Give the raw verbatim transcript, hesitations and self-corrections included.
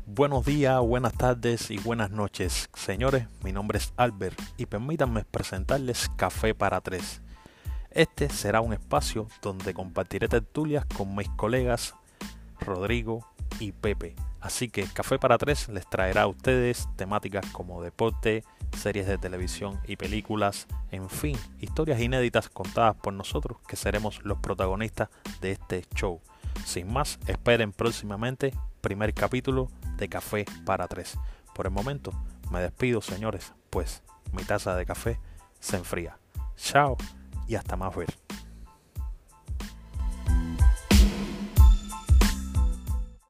Buenos días, buenas tardes y buenas noches. Señores, mi nombre es Albert y permítanme presentarles Café para Tres. Este será un espacio donde compartiré tertulias con mis colegas Rodrigo y Pepe. Así que Café para Tres les traerá a ustedes temáticas como deporte, series de televisión y películas, en fin, historias inéditas contadas por nosotros que seremos los protagonistas de este show. Sin más, esperen próximamente primer capítulo de Café para Tres. Por el momento, me despido, señores, pues mi taza de café se enfría. Chao y hasta más ver.